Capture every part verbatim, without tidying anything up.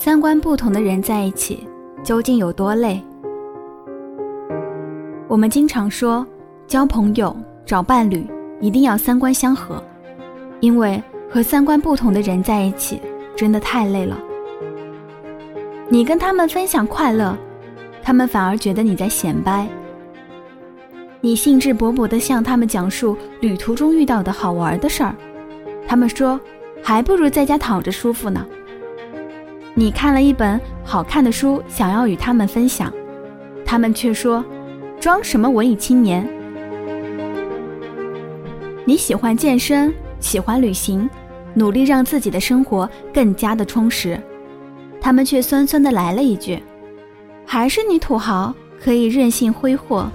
三观不同的人在一起究竟有多累？我们经常说交朋友找伴侣一定要三观相合，因为和三观不同的人在一起真的太累了。你跟他们分享快乐，他们反而觉得你在显摆。你兴致勃勃地向他们讲述旅途中遇到的好玩的事儿，他们说还不如在家躺着舒服呢。你看了一本好看的书，想要与他们分享，他们却说装什么文艺青年。你喜欢健身，喜欢旅行，努力让自己的生活更加的充实，他们却酸酸地来了一句，还是你土豪，可以任性挥霍。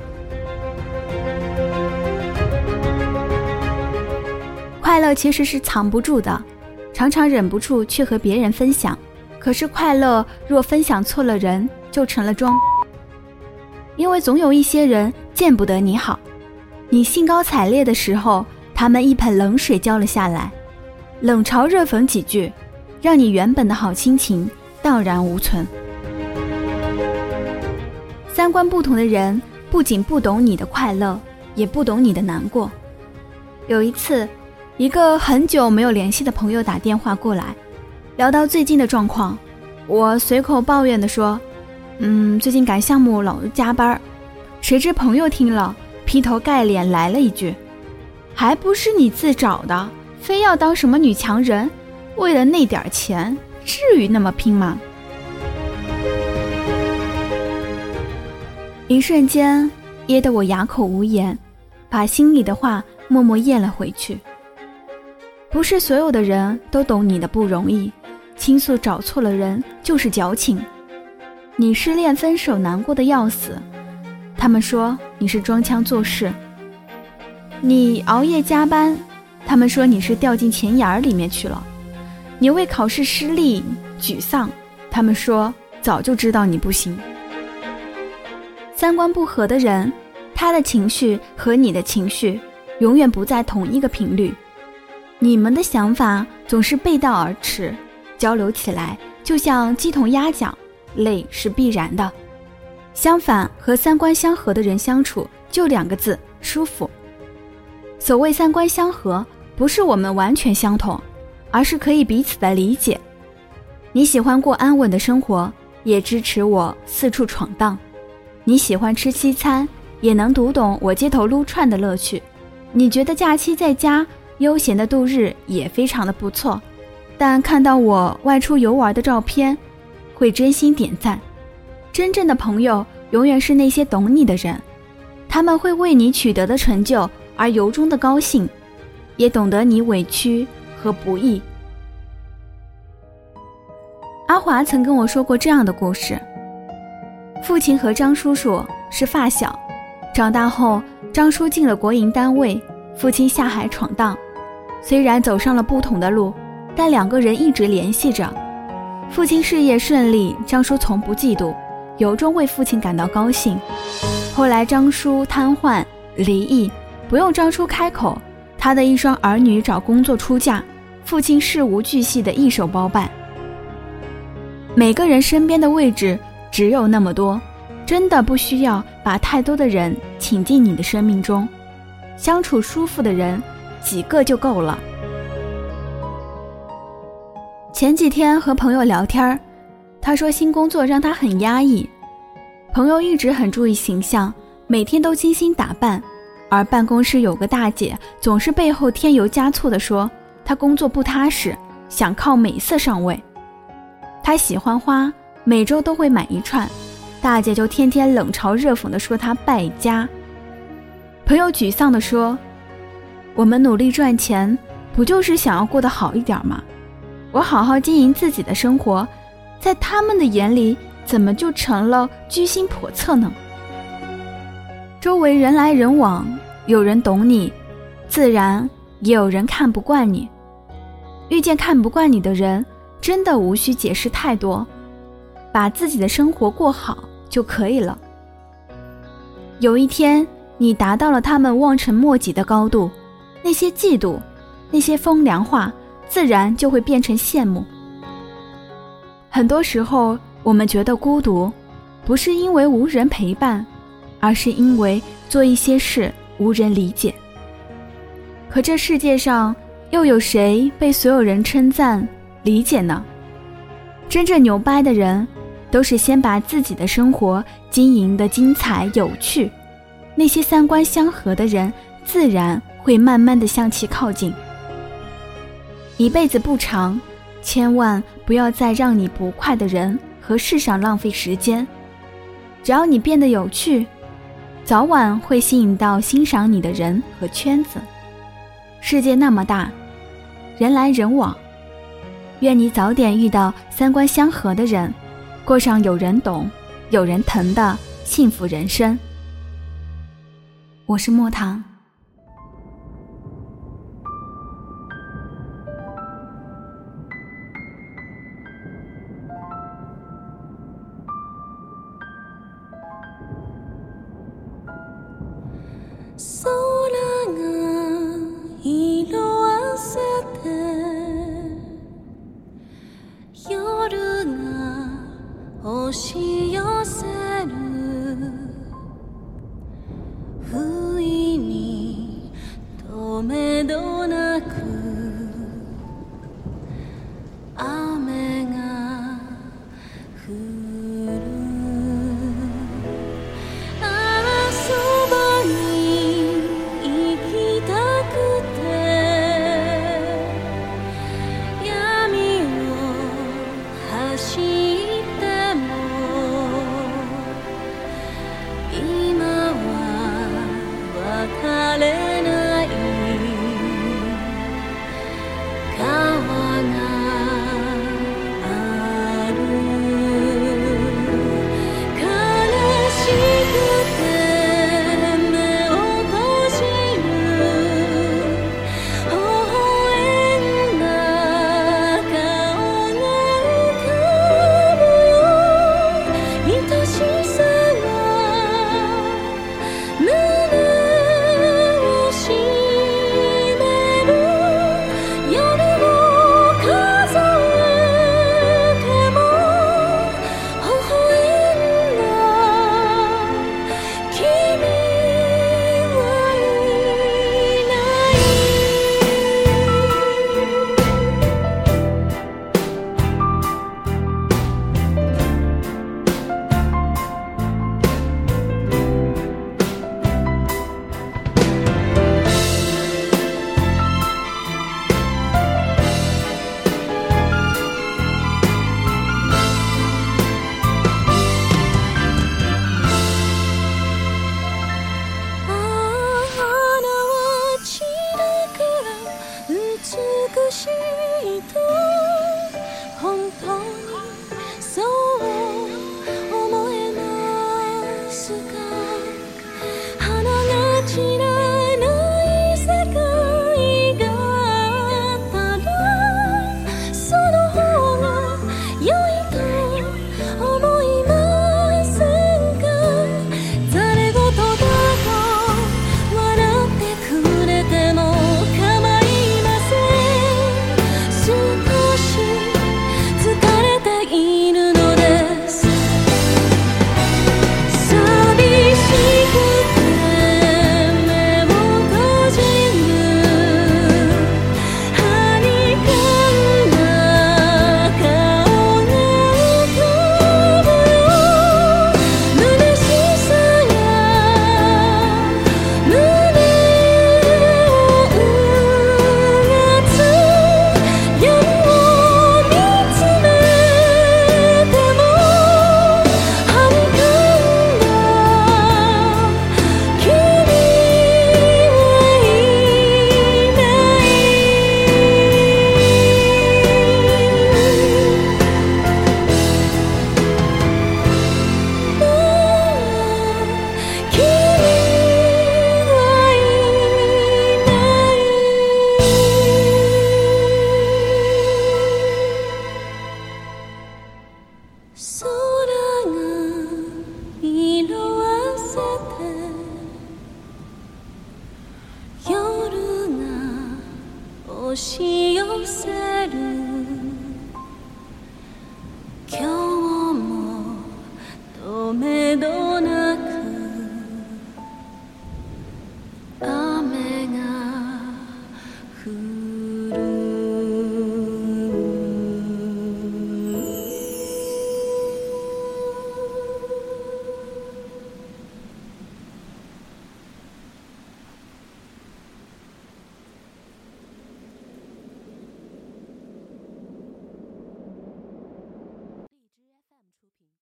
快乐其实是藏不住的，常常忍不住去和别人分享，可是快乐若分享错了人，就成了装。因为总有一些人见不得你好，你兴高采烈的时候，他们一盆冷水浇了下来，冷嘲热讽几句，让你原本的好心情荡然无存。三观不同的人不仅不懂你的快乐，也不懂你的难过。有一次，一个很久没有联系的朋友打电话过来，聊到最近的状况，我随口抱怨地说，嗯，最近赶项目老是加班。谁知朋友听了，劈头盖脸来了一句，还不是你自找的，非要当什么女强人，为了那点钱，至于那么拼吗？一瞬间噎得我哑口无言，把心里的话默默咽了回去。不是所有的人都懂你的不容易，倾诉找错了人就是矫情。你失恋分手难过的要死，他们说你是装腔作势。你熬夜加班，他们说你是掉进钱眼里面去了。你为考试失利沮丧，他们说早就知道你不行。三观不合的人，他的情绪和你的情绪永远不在同一个频率，你们的想法总是背道而驰，交流起来就像鸡同鸭讲，累是必然的。相反，和三观相合的人相处就两个字，舒服。所谓三观相合，不是我们完全相同，而是可以彼此的理解。你喜欢过安稳的生活，也支持我四处闯荡。你喜欢吃西餐，也能读懂我街头撸串的乐趣。你觉得假期在家悠闲的度日也非常的不错，但看到我外出游玩的照片，会真心点赞。真正的朋友永远是那些懂你的人，他们会为你取得的成就而由衷的高兴，也懂得你委屈和不易。阿华曾跟我说过这样的故事，父亲和张叔叔是发小，长大后张叔进了国营单位，父亲下海闯荡，虽然走上了不同的路，但两个人一直联系着。父亲事业顺利，张叔从不嫉妒，由衷为父亲感到高兴。后来张叔瘫痪离异，不用张叔开口，他的一双儿女找工作出嫁，父亲事无巨细的一手包办。每个人身边的位置只有那么多，真的不需要把太多的人请进你的生命中，相处舒服的人几个就够了。前几天和朋友聊天，他说新工作让他很压抑。朋友一直很注意形象，每天都精心打扮，而办公室有个大姐总是背后添油加醋地说他工作不踏实，想靠美色上位。他喜欢花，每周都会买一串，大姐就天天冷嘲热讽地说他败家。朋友沮丧地说，我们努力赚钱，不就是想要过得好一点吗？我好好经营自己的生活，在他们的眼里怎么就成了居心叵测呢？周围人来人往，有人懂你，自然也有人看不惯你。遇见看不惯你的人，真的无需解释太多，把自己的生活过好就可以了。有一天你达到了他们望尘莫及的高度，那些嫉妒，那些风凉话，自然就会变成羡慕。 很多时候我们觉得孤独，不是因为无人陪伴，而是因为做一些事无人理解。可这世界上又有谁被所有人称赞理解呢？真正牛掰的人都是先把自己的生活经营得精彩有趣，那些三观相合的人自然会慢慢地向其靠近。一辈子不长，千万不要再让你不快的人和事上浪费时间。只要你变得有趣，早晚会吸引到欣赏你的人和圈子。世界那么大，人来人往，愿你早点遇到三观相合的人，过上有人懂有人疼的幸福人生。我是莫糖。 空が色あせて夜が押し寄せる不意に止めどなく雨が降る押し寄せる